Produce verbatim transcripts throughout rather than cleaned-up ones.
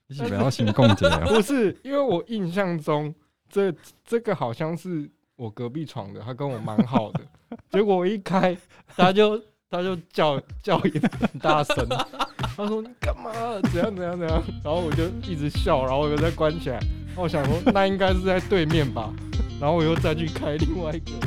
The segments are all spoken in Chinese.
你是不要行共解哦？ 不是，因为我印象中这这个好像是我隔壁床的，他跟我蛮好的，结果我一开，他就他就叫叫也很大声，他说你干嘛？怎样怎样怎样？然后我就一直笑，然后我又再关起来。然后我想说，那应该是在对面吧，然后我又再去开另外一个。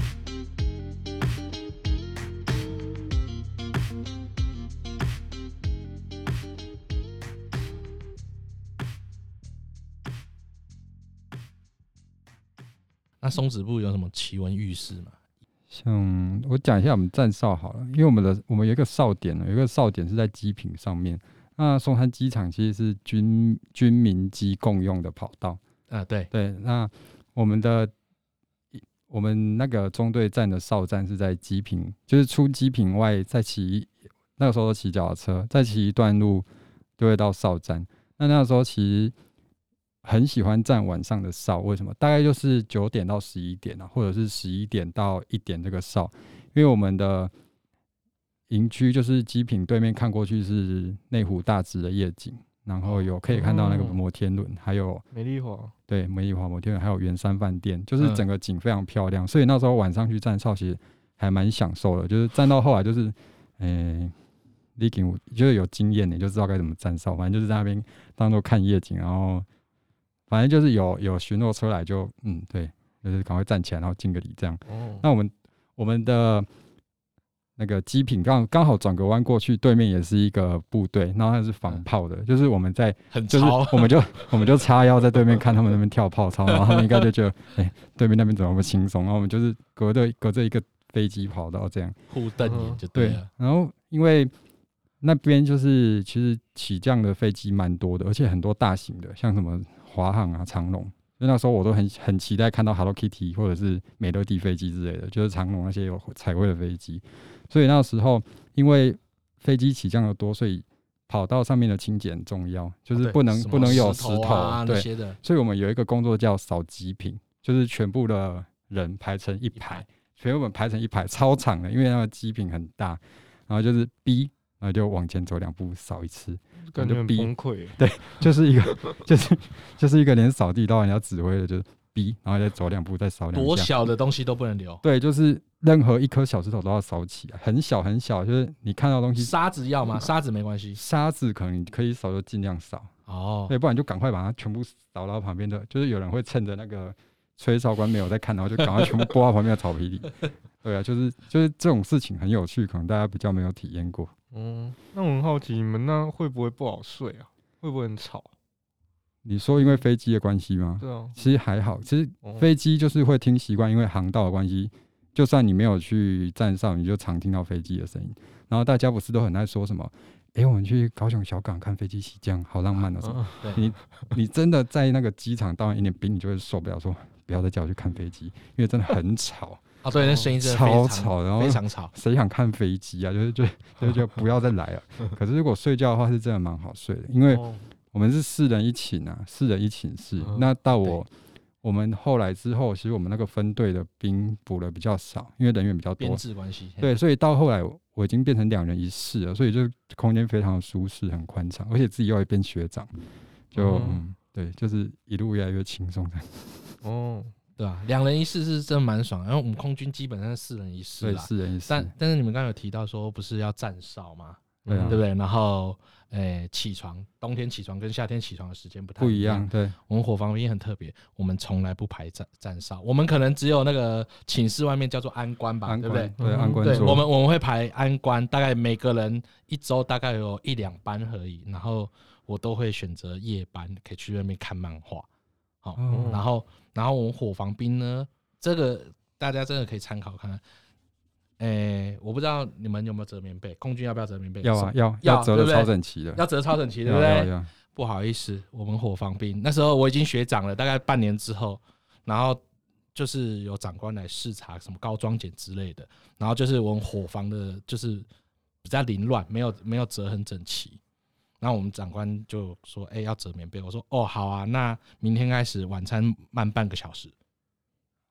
那松子部有什么奇闻异事吗？ 像我讲一下我们站哨好了，因为我们的我们有一个哨点，有一个哨点是在机坪上面。那松山机场其实是军军民机共用的跑道。 啊，对对，那我们的我们那个中队站的哨站是在机坪，就是出机坪外再骑，那个时候都骑脚踏车，再骑一段路就会到哨站。那那个时候其实很喜欢站晚上的哨，为什么？大概就是九点到十一点啊，或者是十一点到一点这个哨，因为我们的营区就是机坪对面看过去是内湖大直的夜景，然后有可以看到那个摩天轮，还有美丽华， 对，美丽华摩天轮，还有圆山饭店，就是整个景非常漂亮，所以那时候晚上去站哨其实还蛮享受的，就是站到后来就是，诶、你就是有经验，你就知道该怎么站哨，反正就是在那边当做看夜景，然后反正就是有有巡逻车来就嗯对，就是赶快站起来，然后敬个礼这样。 哦， 那我们我们的那个机坪刚刚好转个弯过去，对面也是一个部队，然后它是防炮的，就是我们在很就是我们就我们就叉腰在对面看他们那边跳炮操，然后他们应该就觉得哎、欸、对面那边怎么那么轻松，然后我们就是隔着隔着一个飞机跑道这样互瞪眼就对了。 对，然后因为那边就是其实起降的飞机蛮多的，而且很多大型的，像什么华航啊、长荣。所以那时候我都很很期待看到 Hello Kitty 或者是美乐蒂飞机之类的，就是长荣那些有彩绘的飞机。所以那时候因为飞机起降的多，所以跑道上面的清洁很重要，就是不能、 哦、 不能有石头啊对那些的。 所以我们有一个工作叫扫机坪，就是全部的人排成一排，全部人排成一排，超长的，因为那个机坪很大，然后就是 B。然后就往前走两步，扫一次， 感觉很崩溃。 对，就是一个，就是就是一个连扫地都要人家指挥的，就是逼，然后再走两步，再扫两下。 多小的东西都不能留。 对，就是任何一颗小石头都要扫起来，很小很小，就是你看到东西。 沙子要吗？沙子没关系。 沙子可能可以扫就尽量扫。 哦。 对，不然就赶快把它全部扫到旁边的，就是有人会趁着那个吹哨官没有在看，然后就赶快全部拨到旁边的草皮里。对啊，就是就是这种事情很有趣，可能大家比较没有体验过。 嗯，那我很好奇，你们那会不会不好睡啊？会不会很吵？ 你说因为飞机的关系吗？ 对啊， 其实还好，其实飞机就是会听习惯，因为航道的关系，就算你没有去站哨，你就常听到飞机的声音。然后大家不是都很爱说什么？哎、欸，我们去高雄小港看飞机起降，好浪漫的、啊、什么？ 嗯、 你你真的在那个机场到一点兵，你就会受不了说，说不要再叫我去看飞机，因为真的很吵。 哦，对，那声音真的超吵，然后非常吵， 谁想看飞机啊？就是就就就不要再来了。可是如果睡觉的话，是真的蛮好睡的，因为我们是四人一寝啊，四人一寝室。嗯、那到我我们后来之后，其实我们那个分队的兵补的比较少，因为人员比较多， 编制关系。 对，所以到后来我已经变成两人一室了，所以就空间非常的舒适，很宽敞，而且自己又会变学长，就、嗯嗯、对，就是一路越来越轻松的。 哦。 对吧、啊？两人一室是真的蛮爽，然后我们空军基本上是四人一室啦， 对，四人一室。 但但是你们刚刚有提到说不是要站哨吗？ 对、啊， 对不对？然后，诶、欸，起床，冬天起床跟夏天起床的时间不太不一样。对， 我们伙房兵很特别，我们从来不排站站哨，我们可能只有那个寝室外面叫做安官吧， 安对不对？ 对，安官。 对，我们我们会排安官，大概每个人一周大概有一两班而已，然后我都会选择夜班，可以去那边看漫画。好、哦，然后然后我们伙房兵呢？这个大家真的可以参考看看，诶、欸，我不知道你们有没有折棉被，空军要不要折棉被？ 要啊，要要折的超整齐的， 要折超整齐，对不对？不好意思，我们伙房兵那时候我已经学长了，大概半年之后，然后就是有长官来视察什么高装检之类的，然后就是我们伙房的，就是比较凌乱，没有没有折很整齐。然后我们长官就说：“哎、欸，要折棉被。”我说：“哦，好啊，那明天开始晚餐慢半个小时。”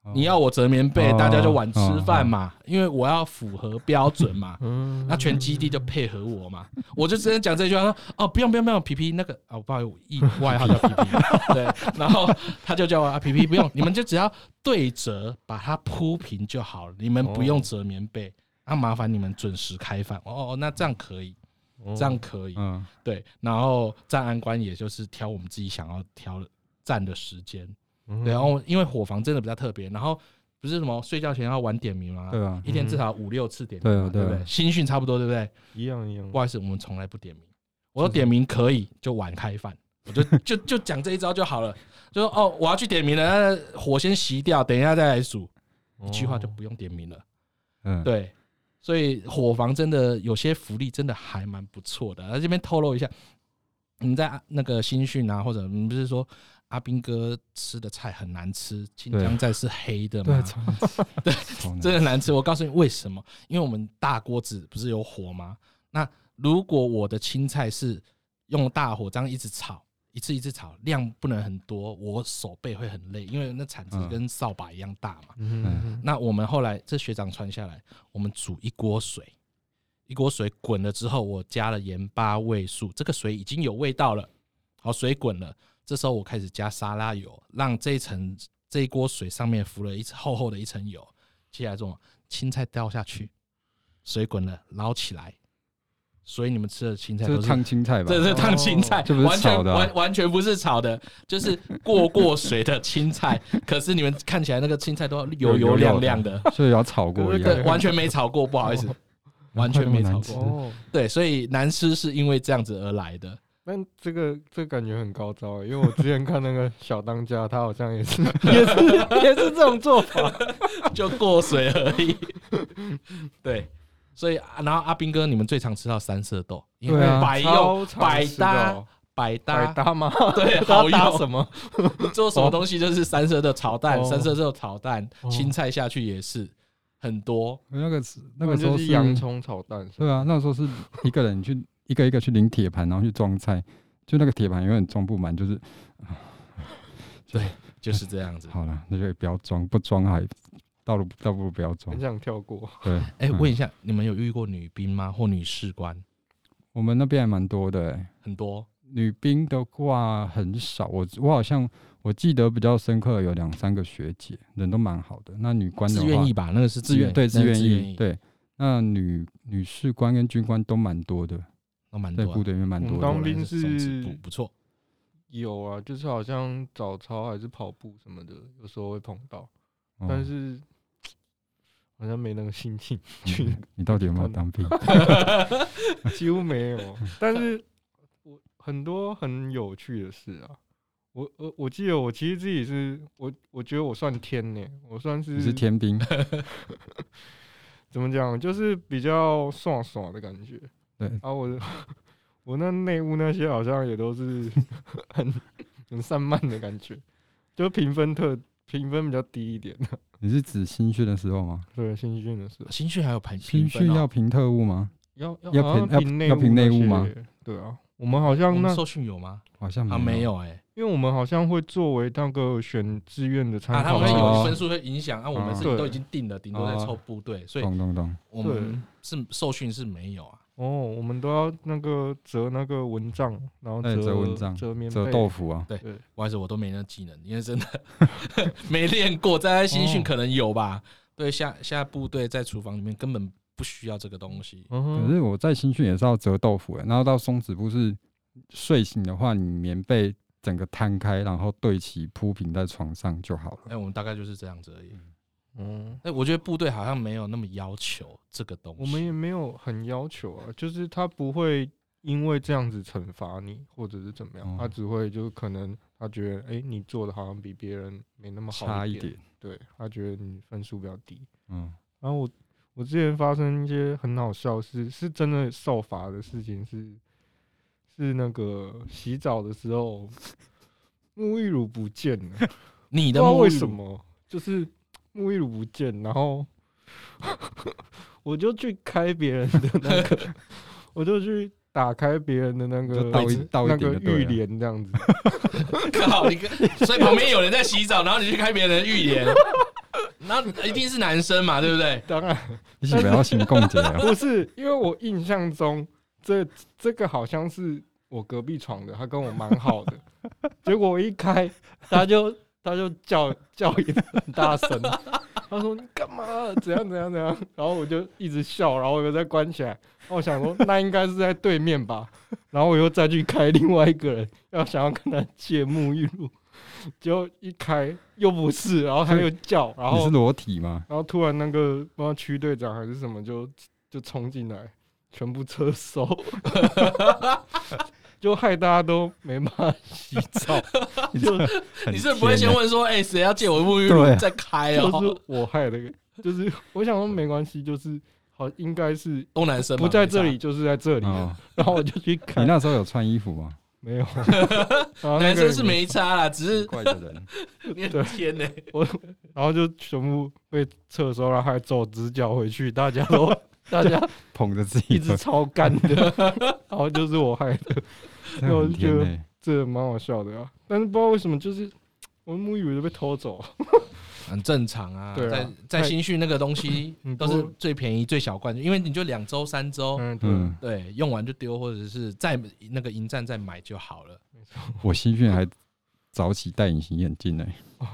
你要我折棉被， 哦大家就晚吃饭嘛，因为我要符合标准嘛。 嗯， 那全基地就配合我嘛，我就直接讲这句话说：“哦，不用不用不用，皮皮那个啊，我不好意思，意外号叫皮皮，对。”然后他就叫我啊，皮皮不用，你们就只要对折把它铺平就好了，你们不用折棉被。啊，麻烦你们准时开饭。哦哦，那这样可以，这样可以。嗯，对。然后站安官也就是挑我们自己想要挑站的时间。对，然后因为伙房真的比较特别，然后不是什么睡觉前要晚点名吗？ 对啊， 一天至少五六次点名嘛，对不对？新训差不多，对不对？ 一样一样。 不好意思，我们从来不点名。我说点名可以，就晚开饭，我就就就讲这一招就好了。就说哦，我要去点名了，火先熄掉，等一下再来煮，一句话就不用点名了。嗯，对，所以伙房真的有些福利真的还蛮不错的。那这边透露一下，你们在那个新训啊，或者你不是说？阿兵哥吃的菜很难吃，青江菜是黑的嘛？对，真的难吃。我告诉你为什么？因为我们大锅子不是有火吗？那如果我的青菜是用大火这样一直炒，一次一次炒，量不能很多，我手背会很累，因为那铲子跟扫把一样大嘛。嗯、那我们后来这学长传下来，我们煮一锅水，一锅水滚了之后，我加了盐巴、味素，这个水已经有味道了。好，水滚了。这时候我开始加沙拉油，让这一层这一锅水上面浮了一厚厚的一层油。接下来这种青菜掉下去，水滚了捞起来，所以你们吃的青菜都是烫青菜吧？ 这是烫青菜， 这不是炒的、啊， 完全完完全不是炒的，就是过过水的青菜。可是你们看起来那个青菜都油油亮亮的， 所以要炒过一样， 对，完全没炒过，不好意思，完全没炒过。对，所以难吃是因为这样子而来的。 但这个这个感觉很高招，因为我之前看那个小当家，他好像也是也是也是这种做法， 就过水而已。对，所以然后阿兵哥，你们最常吃到三色豆，因为百用百搭百搭百搭吗？ 对，好用什么？ 做什么东西就是三色豆炒蛋，三色豆炒蛋，青菜下去也是很多。 那个那个时候是洋葱炒蛋， 对啊，那时候是一个人去。一个一个去拎铁盘，然后去装菜，就那个铁盘永远装不满，就是， 对，就是这样子。 好了，那就不要装，不装还倒不倒不如不要装。 很想跳过。 对， 哎、欸，问一下，你们有遇过女兵吗？或女士官？ 我们那边还蛮多的、欸， 很多。 女兵的话很少，我我好像我记得比较深刻有两三个学姐，人都蛮好的。那女官的话， 自愿意吧？那个是自愿， 对，自愿意。对，那女女士官跟军官都蛮多的。 都蛮多、啊， 在部队里面蛮多的。 当兵是不不错， 有啊，就是好像早操还是跑步什么的，有时候会碰到，哦、但是好像没那个心情去、 嗯。你到底有没有当兵？ 几乎没有，但是我很多很有趣的事啊。我我我记得我其实自己是我我觉得我算天呢、欸，我算是你是天兵。 怎么讲？就是比较爽爽的感觉。 对啊，我我那内务那些好像也都是很很散漫的感觉，就评分特评分比较低一点。 你是指新训的时候吗？ 对，新训的时候。 新训还有评新训要评特务吗？ 要要要评要评内务吗？ 对啊，我们好像那受训有吗？ 好像啊没有哎、欸， 因为我们好像会作为那个选志愿的参考， 啊，他们有分数会影响啊。我们是都已经定了，顶多在抽部队，所以懂懂懂。 我们是受训是没有啊。 哦，我们都要那个折那个蚊帐，然后折蚊帐、 折棉被、 折豆腐啊。 对，不好意思，我都没那技能，因为真的没练过。在新训可能有吧。对，下下部队在厨房里面根本不需要这个东西。 可是我在新训也是要折豆腐、欸，然后到松子部是睡醒的话，你棉被整个摊开，然后对齐铺平在床上就好了。 哎、欸，我们大概就是这样子而已。嗯，哎，我觉得部队好像没有那么要求这个东西。 我们也没有很要求啊，就是他不会因为这样子惩罚你，或者是怎么样，嗯、他只会就可能他觉得，哎、欸，你做的好像比别人没那么好差一点，对他觉得你分数比较低。嗯，然后我我之前发生一些很好笑是是真的受罚的事情是，是那个洗澡的时候沐浴乳不见了， 你的不知道为什么就是。沐浴乳不见，然后我就去开别人的那个，我就去打开别人的那个倒一倒一那个浴帘这样子。 靠，你所以旁边有人在洗澡，然后你去开别人的浴帘， 那一定是男生嘛，对不对？ 当然你是不要行共结哦。 不是，因为我印象中这这个好像是我隔壁床的，他跟我蛮好的，结果我一开，他就他就叫叫一个很大声，他说你干嘛？怎样怎样怎样？然后我就一直笑，然后我又再关起来。然后我想说，那应该是在对面吧。然后我又再去开另外一个人，要想要跟他借沐浴露，结果一开又不是，然后他又叫，然后你是裸体吗？ 然后突然那个不知道区队长还是什么就就冲进来，全部车收。就害大家都没办法洗澡，就你是不会先问说，哎、欸，谁要借我沐浴露再开哦？ 就是我害的，就是我想说没关系，就是好应该是都男生不在这里就是在这里，哦、然后我就去看。 你那时候有穿衣服吗？ 没有， 男生是没差啦，只是怪的人。 你很天呢、欸， 我然后就全部被撤收，然后还走直角回去，大家都。大家捧着自己一直超干的，然后就是我害的，所以我就觉得这蛮好笑的啊。但是不知道为什么，就是我的沐浴乳就被偷走， 很正常啊。 对啊， 在在新训那个东西都是最便宜、最小罐，因为你就两周、三周，嗯，对，用完就丢，或者是在那个营站再买就好了。 我新训还早起戴隐形眼镜呢、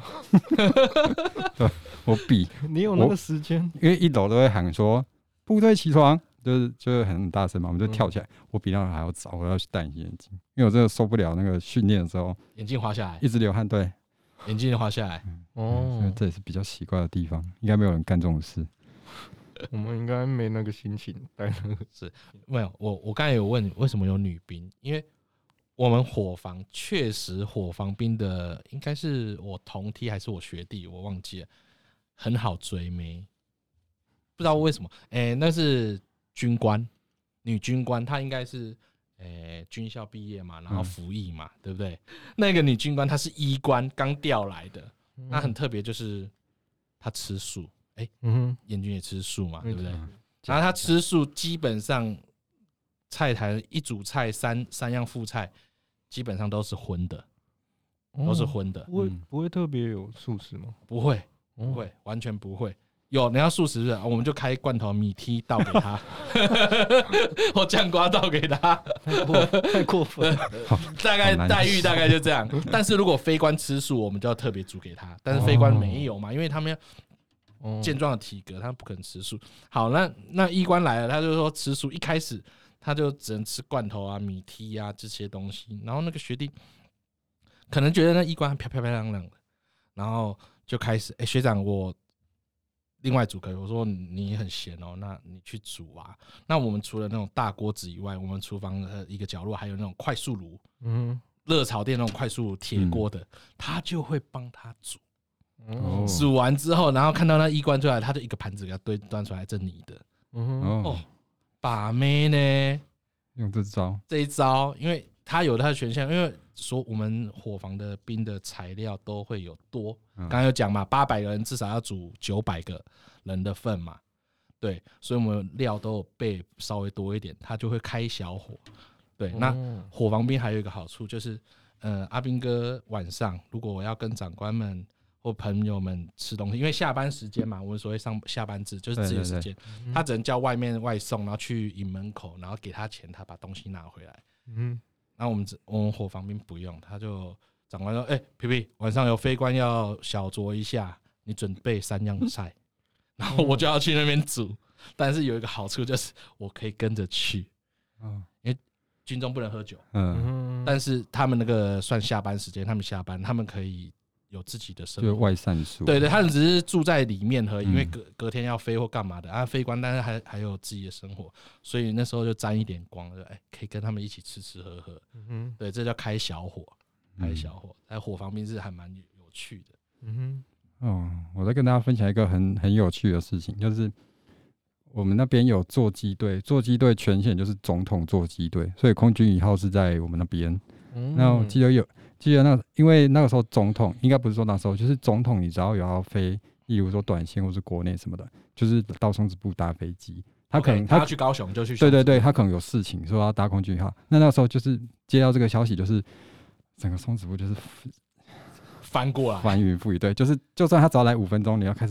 欸，我比你有那个时间， 因为一楼都会喊说。部队起床，就是就是很大声嘛，我们就跳起来。嗯、我比那个还要早，我要去戴隐形眼镜，因为我真的受不了那个训练的时候， 眼镜滑下来， 一直流汗，对， 眼镜滑下来。 嗯、哦、嗯，这也是比较奇怪的地方，应该没有人干这种事。 我们应该没那个心情戴那个。 是没有，我我刚才有问为什么有女兵，因为我们伙房确实伙房兵的应该是我同梯还是我学弟，我忘记了，很好追妹。不知道为什么，哎、欸，那是军官，女军官，她应该是，哎、欸，军校毕业嘛，然后服役嘛，嗯、对不对？那个女军官她是医官，刚调来的，那很特别，就是她吃素，哎、欸，嗯，彦均也吃素嘛，对不对？嗯、然后她吃素，基本上菜台一煮菜三三样副菜，基本上都是荤的，哦、都是荤的， 不会不会特别有素食吗？ 不会，不会，完全不会。有你要素食的，我们就开罐头米梯倒给他，或酱瓜倒给他， 太过太过分了。 大概待遇大概就这样。但是如果非官吃素，我们就要特别煮给他。但是非官没有嘛，因为他们要健壮的体格，他们不可能吃素。好，那那医官来了，他就说吃素，一开始他就只能吃罐头啊、米梯啊这些东西。然后那个学弟可能觉得那医官漂漂漂亮亮的，然后就开始，哎、欸，学长我。另外煮可以，我说你很闲哦，那你去煮啊。那我们除了那种大锅子以外，我们厨房的一个角落还有那种快速炉，嗯，热炒店那种快速铁锅的，嗯、他就会帮他煮。哦，煮完之后，然后看到那衣冠出来，他就一个盘子给他堆端出来，这你的。嗯、哦，把妹呢？ 用这招， 这一招，因为他有他的权限，因为说我们伙房的兵的材料都会有多。刚刚有讲嘛，八百个人至少要煮九百个人的份嘛，对，所以我们料都有备稍微多一点，他就会开小火。对，那伙房兵还有一个好处就是，呃，阿兵哥晚上如果我要跟长官们或朋友们吃东西，因为下班时间嘛，我们所谓上下班制就是自己的时间，他只能叫外面外送，然后去营门口，然后给他钱，他把东西拿回来。嗯，那我们我们伙房兵不用，他就。长官说：“哎、欸，皮皮，晚上有飞官要小酌一下，你准备三样菜，然后我就要去那边煮。但是有一个好处就是我可以跟着去，因为军中不能喝酒。嗯，但是他们那个算下班时间，他们下班，他们可以有自己的生活， 就外散宿。 对对，他们只是住在里面而已，因为隔隔天要飞或干嘛的啊，飞官，但是还还有自己的生活，所以那时候就沾一点光，哎、欸，可以跟他们一起吃吃喝喝。嗯，对，这叫开小火。”开小火，在伙房兵是还蛮有趣的。嗯哼，哦，我再跟大家分享一个很很有趣的事情，就是我们那边有座机队，座机队全线就是总统座机队，所以空军一号是在我们那边。嗯，那我记得有记得那，因为那个时候总统应该不是说那时候，就是总统你只要有要飞，例如说短线或是国内什么的，就是到松子部搭飞机。他可能 okay, 他要去高雄就去， 对对对，他可能有事情说要搭空军一号。那那时候就是接到这个消息，就是。整个松子部就是翻过来， 翻云覆雨。对，就是就算他只要来五分钟，你要开始，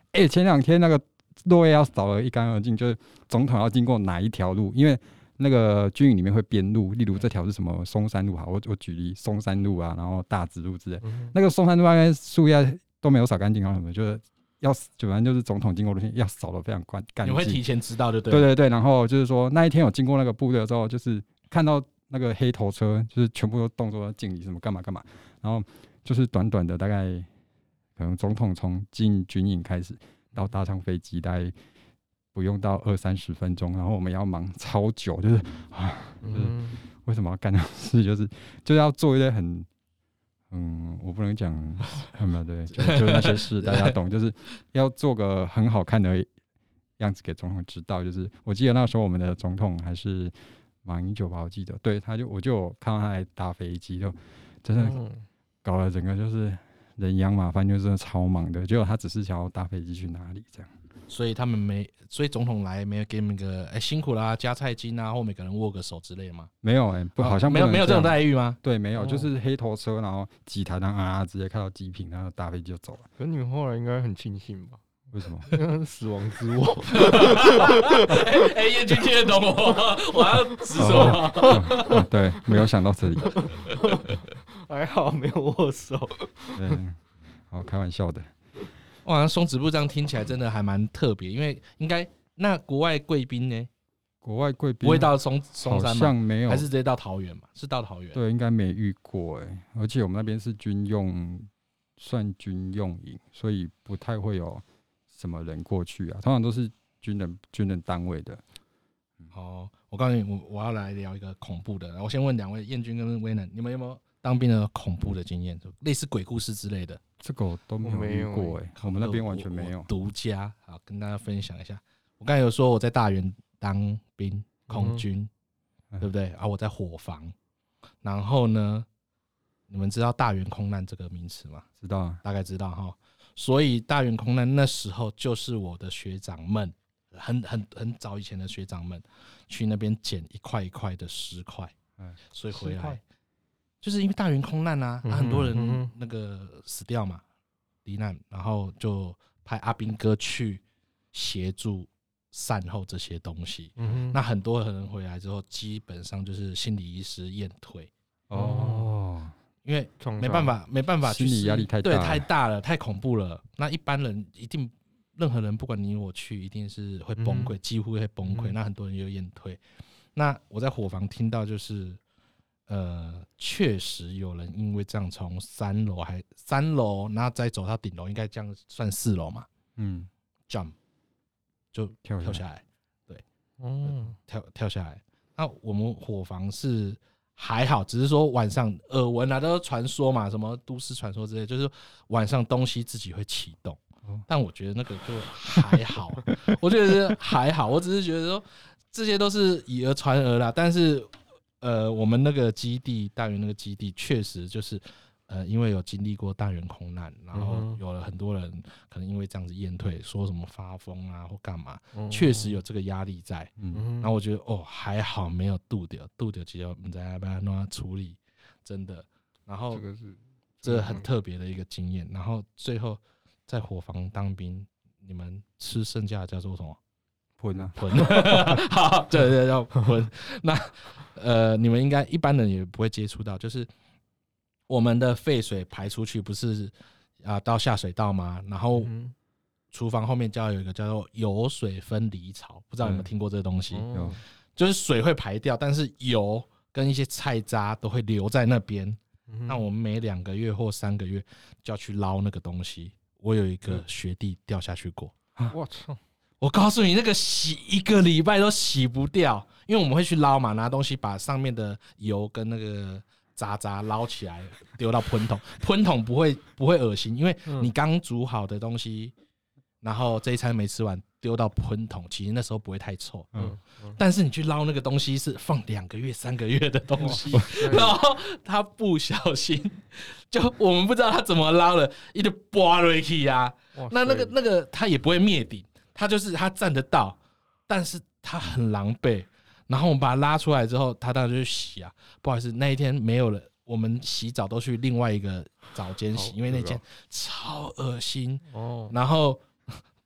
哎、欸，前两天那个落叶要扫得一干二净，就是总统要经过哪一条路，因为那个军营里面会编路，例如这条是什么松山路好，我我举例松山路啊，然后大直路之类，嗯、那个松山路大概树叶都没有扫干净啊什么，就是要反正就是总统经过路线要扫得非常干净。 你会提前知道就对了。 对对对，然后就是说那一天有经过那个部队的时候，就是看到那个黑头车，就是全部都动作敬礼什么干嘛干嘛，然后就是短短的大概可能总统从进军营开始到搭上飞机，大概不用到二三十分钟，然后我们要忙超久，就是啊，就是为什么要干这种事？就是就是要做一些很，嗯，我不能讲，嗯，对，就就是那些事大家懂，就是要做个很好看的样子给总统知道。就是我记得那时候我们的总统还是马英九吧，我记得，对，他就我就有看到他来搭飞机，就真的搞了整个就是人仰马翻，就真的超忙的。结果他只是想要搭飞机去哪里这样。 所以他们没，所以总统来没有给你们个哎、欸、辛苦啦、啊、加菜金啊，或每个人握个手之类的吗？ 没有哎、欸，不，好像不没有没有这种待遇吗？ 对，没有，就是黑头车，然后几台然后啊直接开到机坪，然后搭飞机就走了。 可是你们后来应该很庆幸吧？ 为什么？ 因为死亡之握。 哎，彦君听得懂我，我要指什么、 哦嗯？对，没有想到这里。 还好没有握手。 对，好，开玩笑的。 哇，松子部这样听起来真的还蛮特别，因为应该那国外贵宾呢？ 国外贵宾不会到松松山吗？ 好像没有， 还是直接到桃园嘛？是到桃园？ 对，应该没遇过哎、欸。而且我们那边是军用，算军用营，所以不太会有什么人过去啊。通常都是军人军人单位的。 哦，我告诉你，我我要来聊一个恐怖的。我先问两位彦君跟威能，你们有没有当兵的恐怖的经验，类似鬼故事之类的？ 这个我都没有遇过哎、欸，我们那边完全没有。 独家好跟大家分享一下。我刚才有说我在大园当兵，空军，嗯、对不对啊？我在伙房，然后呢，你们知道大园空难这个名词吗？ 知道啊， 大概知道哈。所以大园空难那时候就是我的学长们，很很很早以前的学长们去那边捡一块一块的尸块，嗯，所以回来。就是因为大园空难啊，啊很多人那个死掉嘛，罹难，然后就派阿兵哥去协助善后这些东西。嗯、那很多人回来之后，基本上就是心理医师验退哦，因为没办法，没办法去， 心理压力太大了， 对，太大了，太恐怖了。那一般人一定，任何人不管你我去，一定是会崩溃，嗯、几乎会崩溃。嗯、那很多人就验退。那我在伙房听到就是。呃，确实有人因为这样从三楼还三楼，然后再走到顶楼，应该这样算四楼嘛？嗯 ，jump 就跳下来，对，嗯，跳跳下来。那我们伙房是还好，只是说晚上耳闻啊，都是传说嘛，什么都市传说之类，就是晚上东西自己会启动。但我觉得那个就还好，我觉得是还好，我只是觉得说这些都是以讹传讹啦，但是。呃，我们那个基地大园那个基地确实就是，呃，因为有经历过大园空难，然后有了很多人可能因为这样子验退，说什么发疯啊或干嘛，确、嗯、实有这个压力在。嗯，然后我觉得哦还好没有渡掉，渡掉其实我们在那边弄处理，真的。然后这个是这个很特别的一个经验。然后最后在伙房当兵，你们吃剩下的叫做什么？ 喷啊喷，好，对对叫喷。那呃，你们应该一般人也不会接触到，就是我们的废水排出去不是啊、呃、到下水道吗？然后厨房后面就要有一个叫做油水分离槽，不知道有没有听过这个东西？有、嗯，就是水会排掉，但是油跟一些菜渣都会留在那边。嗯、那我们每两个月或三个月就要去捞那个东西。我有一个学弟掉下去过， 我操！ 我告诉你，那个洗一个礼拜都洗不掉，因为我们会去捞嘛，拿东西把上面的油跟那个渣渣捞起来，丢到喷桶。喷桶不会不会恶心，因为你刚煮好的东西，然后这一餐没吃完，丢到喷桶，其实那时候不会太臭。嗯，但是你去捞那个东西是放两个月、三个月的东西，然后他不小心，就我们不知道他怎么捞了，一直拔下去啊。那那个那个他也不会灭顶。他就是他站得到，但是他很狼狈。然后我们把他拉出来之后，他当然就去洗啊。不好意思，那一天没有了，我们洗澡都去另外一个澡间洗，因为那间超恶心。哦，然后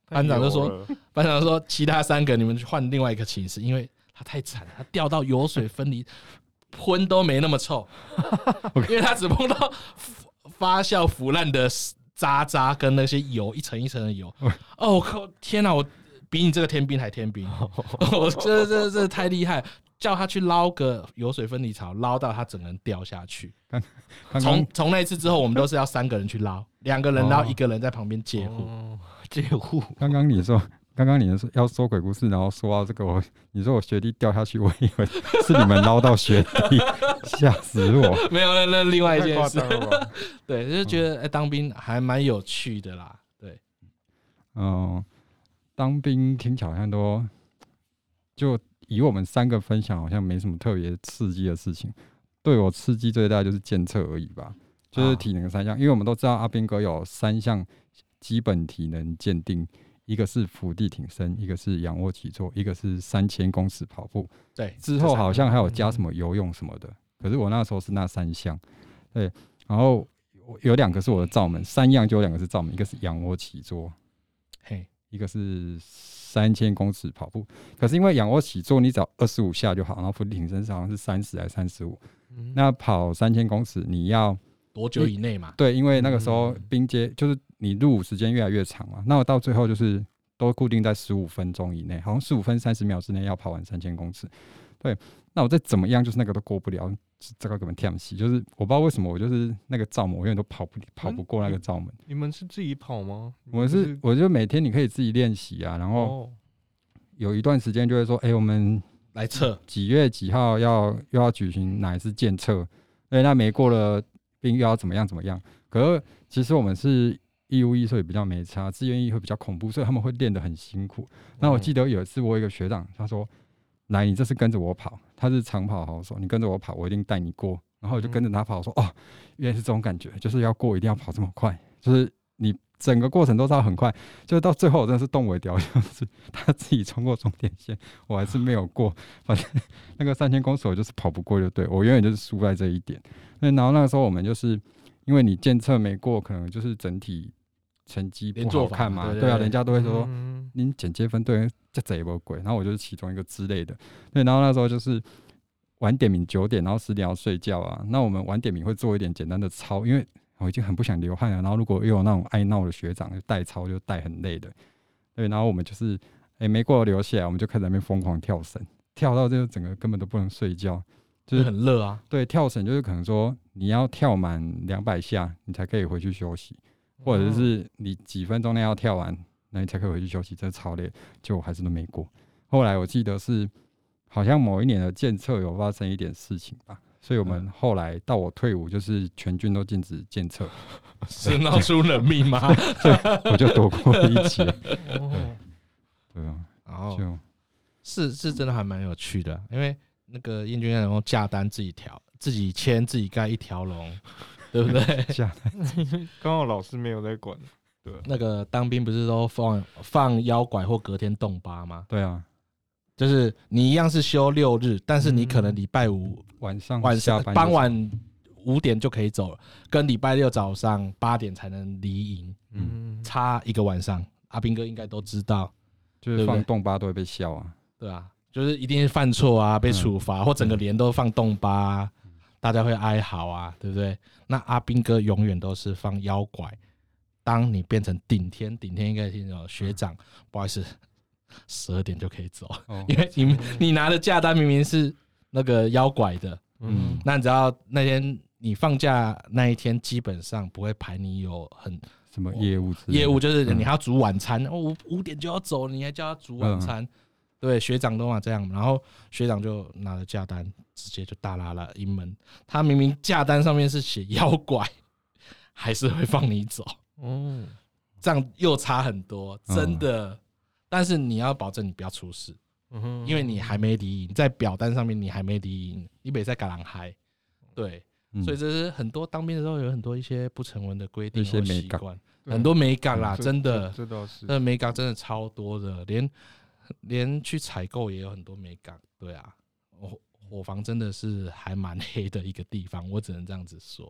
班长就说太油了班长说其他三个你们去换另外一个寝室，因为他太惨了，他掉到油水分离，喷都没那么臭，因为他只碰到发酵腐烂的渣渣跟那些油一层一层的油。哦，我靠，天哪，我比你这个天兵还天兵，我这这这太厉害，叫他去捞个油水分离槽，捞到他整个人掉下去。从从那一次之后，我们都是要三个人去捞，两个人捞，一个人在旁边借护。 哦借护。 刚刚你说，刚刚你说要说鬼故事，然后说到这个，我你说我学弟掉下去，我以为是你们捞到学弟，吓死我！ 没有，那那另外一件事太夸张了吧。 对，就是觉得哎、欸，当兵还蛮有趣的啦。对， 嗯、当兵听起来好像都就以我们三个分享，好像没什么特别刺激的事情。对我刺激最大就是检测而已吧，就是体能三项，因为我们都知道阿兵哥有三项基本体能鉴定，一个是伏地挺身，一个是仰卧起坐，一个是三千公尺跑步。 对， 之后好像还有加什么游泳什么的，可是我那时候是那三项。对，然后有两个是我的罩门，三样就有两个是罩门，一个是仰卧起坐， 嘿， 一个是三千公尺跑步。可是因为仰卧起坐你只要二十五下就好，然后伏地挺身好像是三十还是三十五，那跑三千公尺你要多久以内嘛？ 对，因为那个时候兵阶就是你入伍时间越来越长嘛，那我到最后就是都固定在十五分钟以内，好像十五分三十秒之内要跑完三千公尺。对，那我再怎么样就是那个都过不了，这个根本跳不起，就是我不知道为什么我就是那个罩门，我永远都跑不跑不过那个罩门。 你们是自己跑吗？ 我是我就每天你可以自己练习啊，然后有一段时间就会说，哎、欸，我们来测几月几号要又要举行哪一次检测，对，那没过了兵又要怎么样怎么样。可是其实我们是义务役，所以比较没差，志愿役会比较恐怖，所以他们会练得很辛苦。那我记得有一次我有一个学长，他说：“来，你这次跟着我跑，他是长跑好手，你跟着我跑，我一定带你过。”然后我就跟着他跑，说：“哦，原来是这种感觉，就是要过一定要跑这么快，就是你整个过程都是要很快，就是到最后我真的是动尾雕，就是他自己冲过终点线，我还是没有过。反正那个三千公尺我就是跑不过，就对我永远就是输在这一点。那然后那个时候我们就是因为你检测没过，可能就是整体成绩不好看嘛，对啊，人家都会说你检阶分对这贼不鬼，然后我就是其中一个之类的。对，然后那时候就是晚点名九点，然后十点要睡觉啊。那我们晚点名会做一点简单的操，因为我已经很不想流汗了。然后如果又有那种爱闹的学长，就带操就带很累的。对，然后我们就是哎、欸、没过留下来，我们就开始在那边疯狂跳绳，跳到这个整个根本都不能睡觉， 就是很热啊。 对，跳绳就是可能说你要跳满两百下，你才可以回去休息，或者是你几分钟内要跳完，那你才可以回去休息，这超累，结果还是都没过。后来我记得是好像某一年的检测有发生一点事情吧，所以我们后来到我退伍，就是全军都禁止检测， 是闹出人命吗？ 所以我就躲过了一劫。对啊， 哦， 就是是真的还蛮有趣的，因为那个燕军然后价单自己调、自己签、自己盖一条龙，对不对？ 价单刚好老师没有在管。对， 那个当兵不是都放放腰拐或隔天动八吗？ 对啊， 就是你一样是休六日，但是你可能礼拜五晚上晚上下班傍晚五点就可以走了，跟礼拜六早上八点才能离营，嗯，差一个晚上。阿兵哥应该都知道， 就是放动八都会被笑啊， 对啊，就是一定是犯错啊，被处罚、嗯，或整个连都放动八、啊嗯，大家会哀嚎啊，对不对？那阿兵哥永远都是放腰拐。当你变成顶天，顶天应该听到学长，不好意思，十二点就可以走，哦、因为你你拿的假单明明是那个腰拐的，嗯，那你只要那天你放假那一天，基本上不会排你有很什么业务， 业务就是你还要煮晚餐，哦，五五点就要走，你还叫他煮晚餐，嗯、对，学长都嘛这样，然后学长就拿了假单，直接就大拉了营门，他明明假单上面是写腰拐，还是会放你走。哦，这样又差很多，真的。嗯、但是你要保证你不要出事，嗯、因为你还没离营，在表单上面你还没离营，你别在赶狼嗨。对、嗯，所以这是很多当兵的时候有很多一些不成文的规定和习惯，很多美感啦，真的， 这倒是， 那美感真的超多的，连连去采购也有很多美感。对啊，伙房真的是还蛮黑的一个地方，我只能这样子说。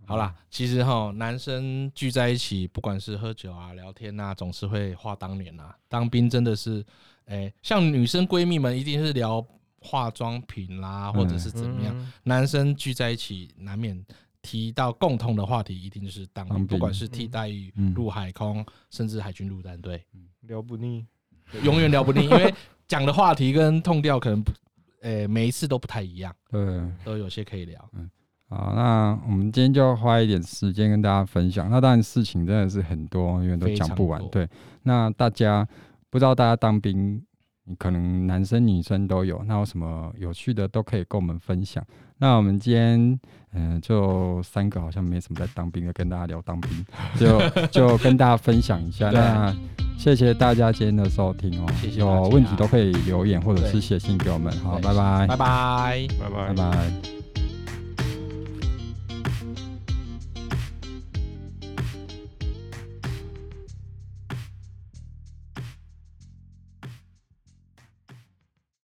好啦，其实哈，男生聚在一起，不管是喝酒啊、聊天啊，总是会话当年啊。当兵真的是，哎、欸，像女生闺蜜们一定是聊化妆品啦，或者是怎么样。嗯、男生聚在一起，难免提到共同的话题，一定就是当兵，当兵不管是替代役、陆海空，嗯、甚至海军陆战队， 聊不腻， 永远聊不腻，因为讲的话题跟痛调可能不，呃、欸，每一次都不太一样，对，都有些可以聊。嗯好，那我们今天就花一点时间跟大家分享。那当然事情真的是很多，永远都讲不完。对，那大家不知道大家当兵，可能男生女生都有，那有什么有趣的都可以跟我们分享。那我们今天嗯、呃，就三个好像没什么在当兵的，跟大家聊当兵，就就跟大家分享一下。那谢谢大家今天的收听哦， 谢谢有问题都可以留言或者是写信给我们。好，拜拜， 拜拜， 拜拜， 拜拜。